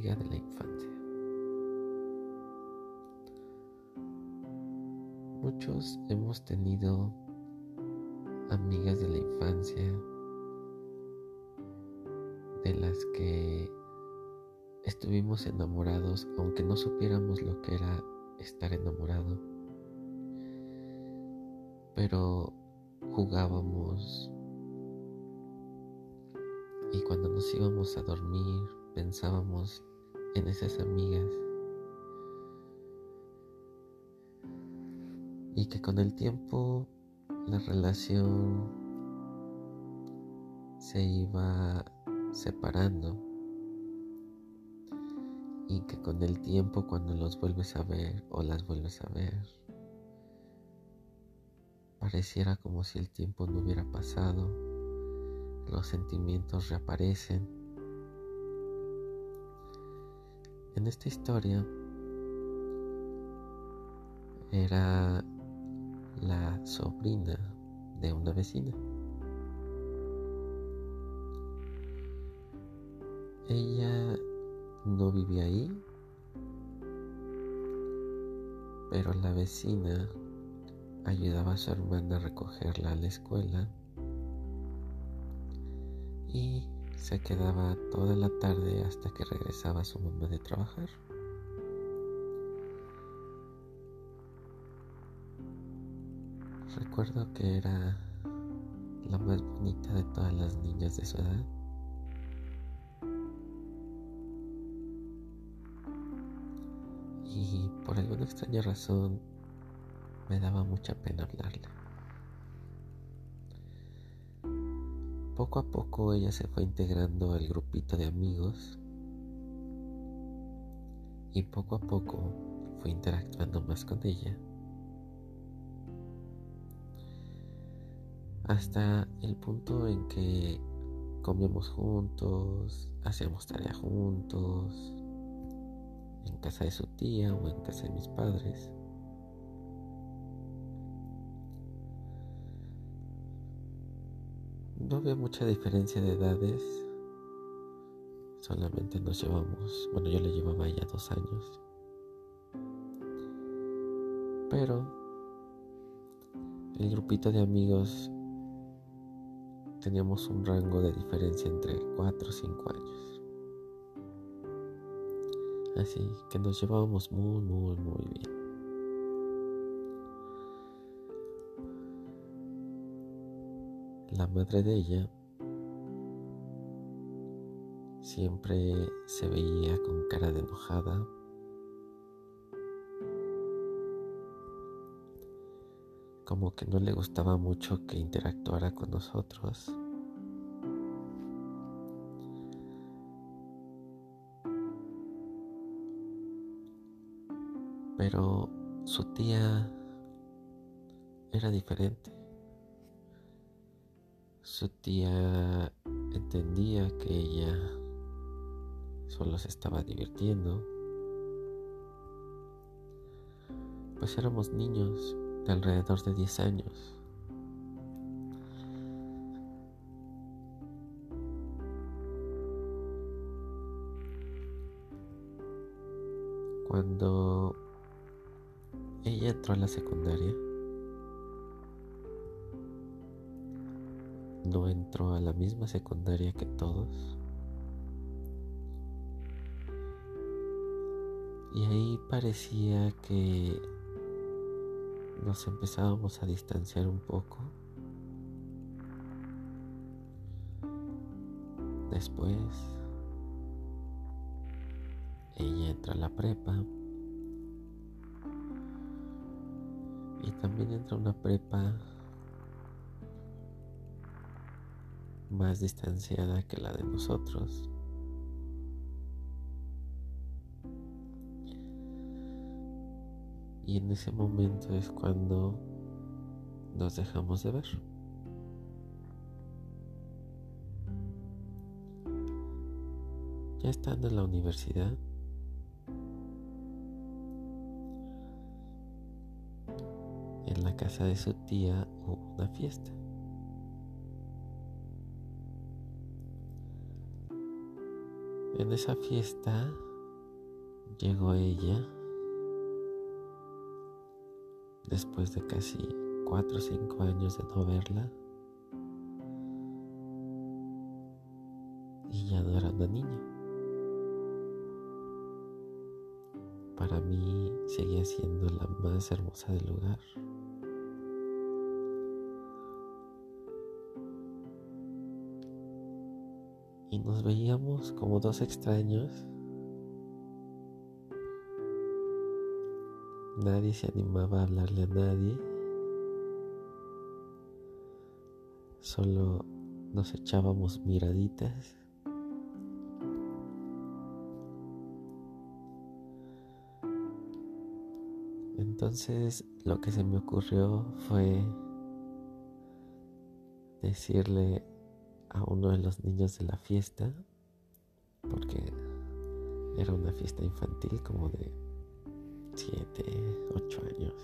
amiga de la infancia. Muchos hemos tenido amigas de la infancia de las que estuvimos enamorados, aunque no supiéramos lo que era estar enamorado, pero jugábamos y cuando nos íbamos a dormir pensábamos en esas amigas y que con el tiempo la relación se iba separando y que con el tiempo cuando los vuelves a ver o las vuelves a ver pareciera como si el tiempo no hubiera pasado, los sentimientos reaparecen. En esta historia era la sobrina de una vecina. Ella no vivía ahí, pero la vecina ayudaba a su hermana a recogerla a la escuela y se quedaba toda la tarde hasta que regresaba su mamá de trabajar. Recuerdo que era la más bonita de todas las niñas de su edad. Y por alguna extraña razón me daba mucha pena hablarle. Poco a poco ella se fue integrando al grupito de amigos y poco a poco fui interactuando más con ella. Hasta el punto en que comíamos juntos, hacíamos tarea juntos, en casa de su tía o en casa de mis padres. No había mucha diferencia de edades, solamente nos llevamos, yo le llevaba a ella 2 años, pero el grupito de amigos teníamos un rango de diferencia entre 4 o 5 años. Así que nos llevábamos muy bien. La madre de ella siempre se veía con cara de enojada. Como que no le gustaba mucho que interactuara con nosotros. Pero su tía era diferente. Su tía entendía que ella solo se estaba divirtiendo. Pues éramos niños de alrededor de 10 años. Cuando ella entró a la secundaria, no entró a la misma secundaria que todos. Y ahí parecía que nos empezábamos a distanciar un poco. Después, ella entra a la prepa y también entra a una prepa más distanciada que la de nosotros. Y en ese momento es cuando nos dejamos de ver. Ya estando en la universidad, en la casa de su tía hubo una fiesta. En esa fiesta Llegó ella después de casi 4 o 5 años de no verla y ya no era una niña. Para mí seguía siendo la más hermosa del lugar. Y nos veíamos como dos extraños. Nadie se animaba a hablarle a nadie. Solo nos echábamos miraditas. Entonces lo que se me ocurrió fue decirle a uno de los niños de la fiesta, porque era una fiesta infantil como de 7, 8 años.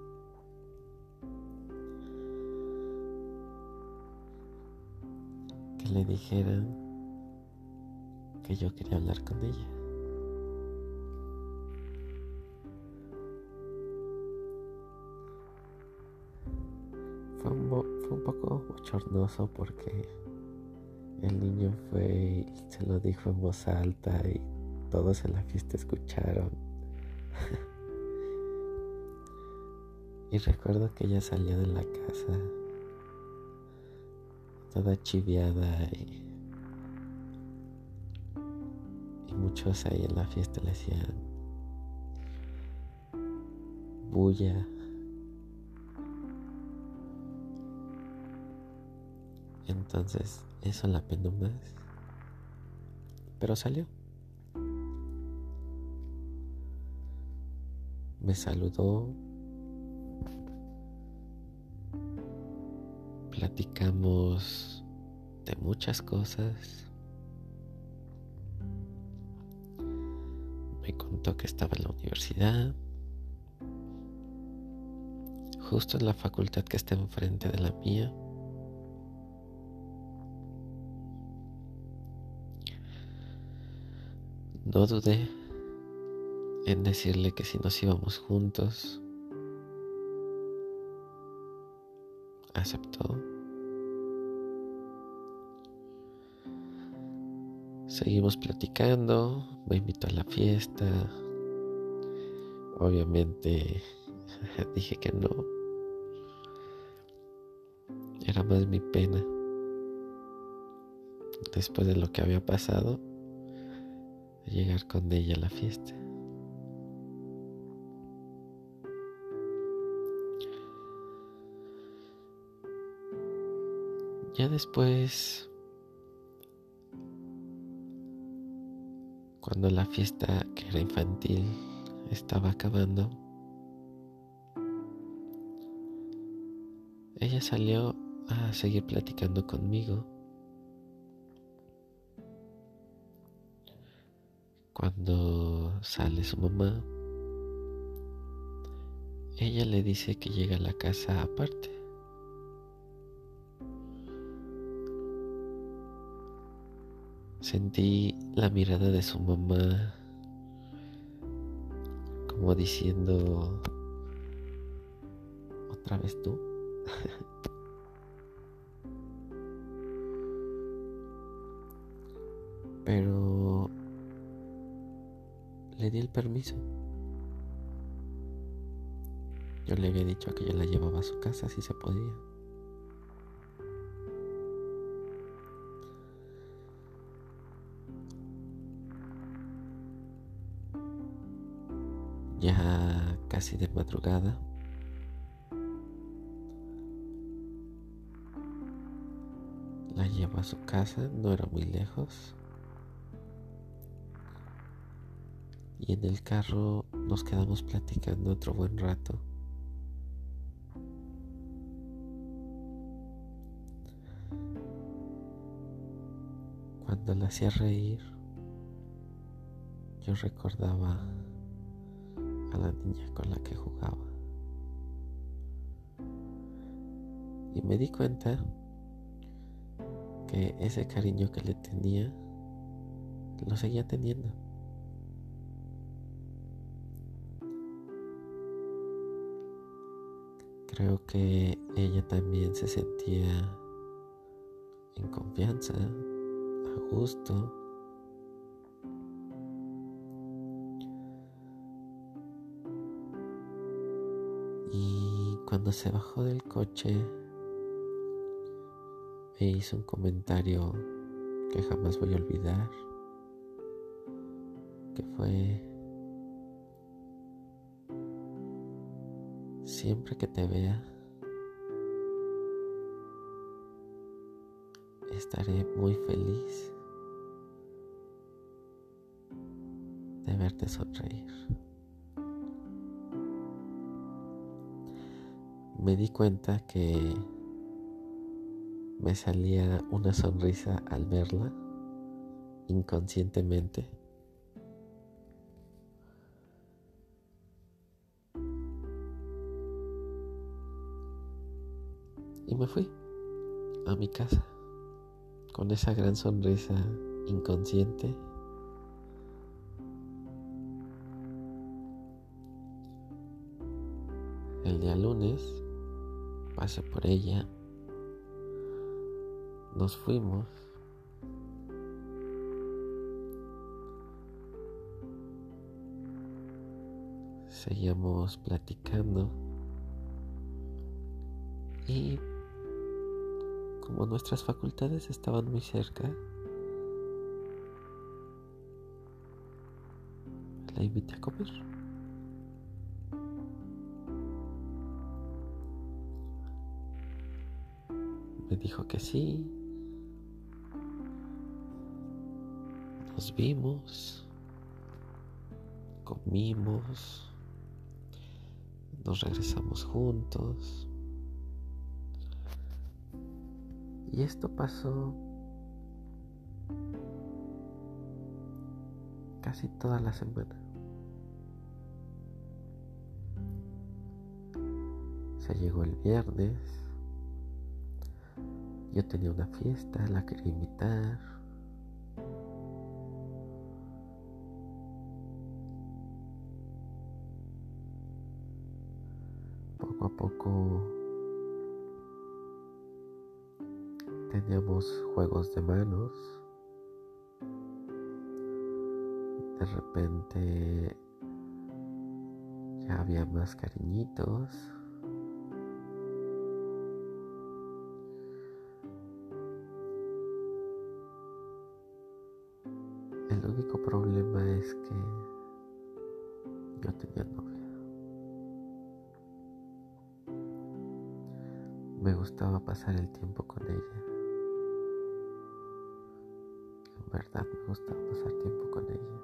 Que le dijeran que yo quería hablar con ella. Fue un poco bochornoso porque el niño fue y se lo dijo en voz alta y todos en la fiesta escucharon. Y recuerdo que ella salió de la casa toda chiviada y muchos ahí en la fiesta le hacían bulla. Entonces eso la penó más, pero salió. Me saludó, platicamos de muchas cosas. Me contó que estaba en la universidad, justo en la facultad que está enfrente de la mía. No dudé en decirle que si nos íbamos juntos. Aceptó. Seguimos platicando, me invitó a la fiesta. Obviamente dije que no. Era más mi pena, después de lo que había pasado, llegar con ella a la fiesta. Ya después, cuando la fiesta, que era infantil, estaba acabando, ella salió a seguir platicando conmigo. Cuando sale su mamá, ella le dice que llega a la casa aparte. Sentí la mirada de su mamá como diciendo, ¿otra vez tú? Pero le di el permiso. Yo le había dicho que yo la llevaba a su casa si se podía. Ya casi de madrugada, la llevo a su casa, no era muy lejos. Y en el carro nos quedamos platicando otro buen rato. Cuando la hacía reír, yo recordaba a la niña con la que jugaba. Y me di cuenta que ese cariño que le tenía, lo seguía teniendo. Creo que ella también se sentía en confianza, a gusto. Y cuando se bajó del coche, me hizo un comentario que jamás voy a olvidar, que fue: siempre que te vea, estaré muy feliz de verte sonreír. Me di cuenta que me salía una sonrisa al verla, inconscientemente. Y me fui a mi casa con esa gran sonrisa inconsciente. El día lunes pasé por ella, nos fuimos. Seguíamos platicando y como nuestras facultades estaban muy cerca, la invité a comer. Me dijo que sí, nos vimos, comimos, nos regresamos juntos. Y esto pasó casi toda la semana. Se llegó el viernes, yo tenía una fiesta, la quería invitar. Poco a poco teníamos juegos de manos. De repente ya había más cariñitos. El único problema es que yo tenía novia. Me gustaba pasar el tiempo con ella. En verdad me gustaba pasar tiempo con ella.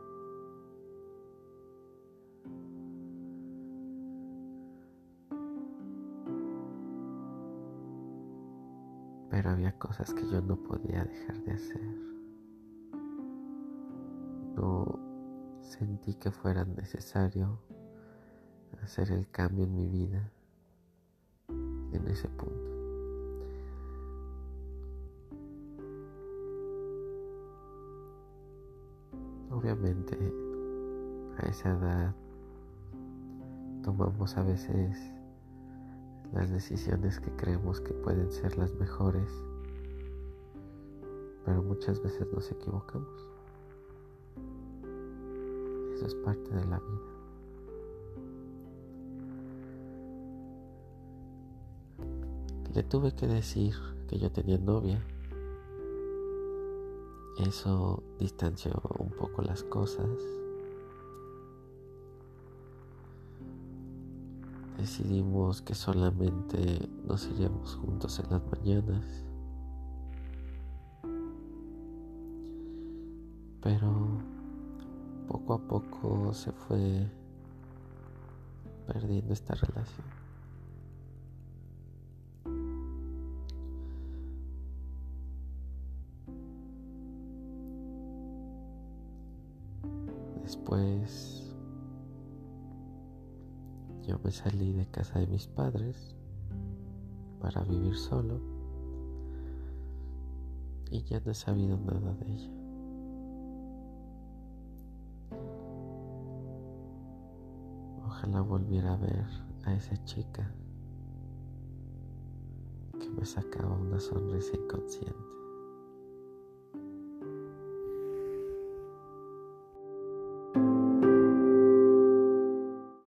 Pero había cosas que yo no podía dejar de hacer. No sentí que fuera necesario hacer el cambio en mi vida en ese punto. Obviamente a esa edad tomamos a veces las decisiones que creemos que pueden ser las mejores, pero muchas veces nos equivocamos. Eso es parte de la vida. Le tuve que decir que yo tenía novia. Eso distanció un poco las cosas. Decidimos que solamente nos iríamos juntos en las mañanas. Pero poco a poco se fue perdiendo esta relación. Después yo me salí de casa de mis padres para vivir solo y ya no he sabido nada de ella. Ojalá volviera a ver a esa chica que me sacaba una sonrisa inconsciente.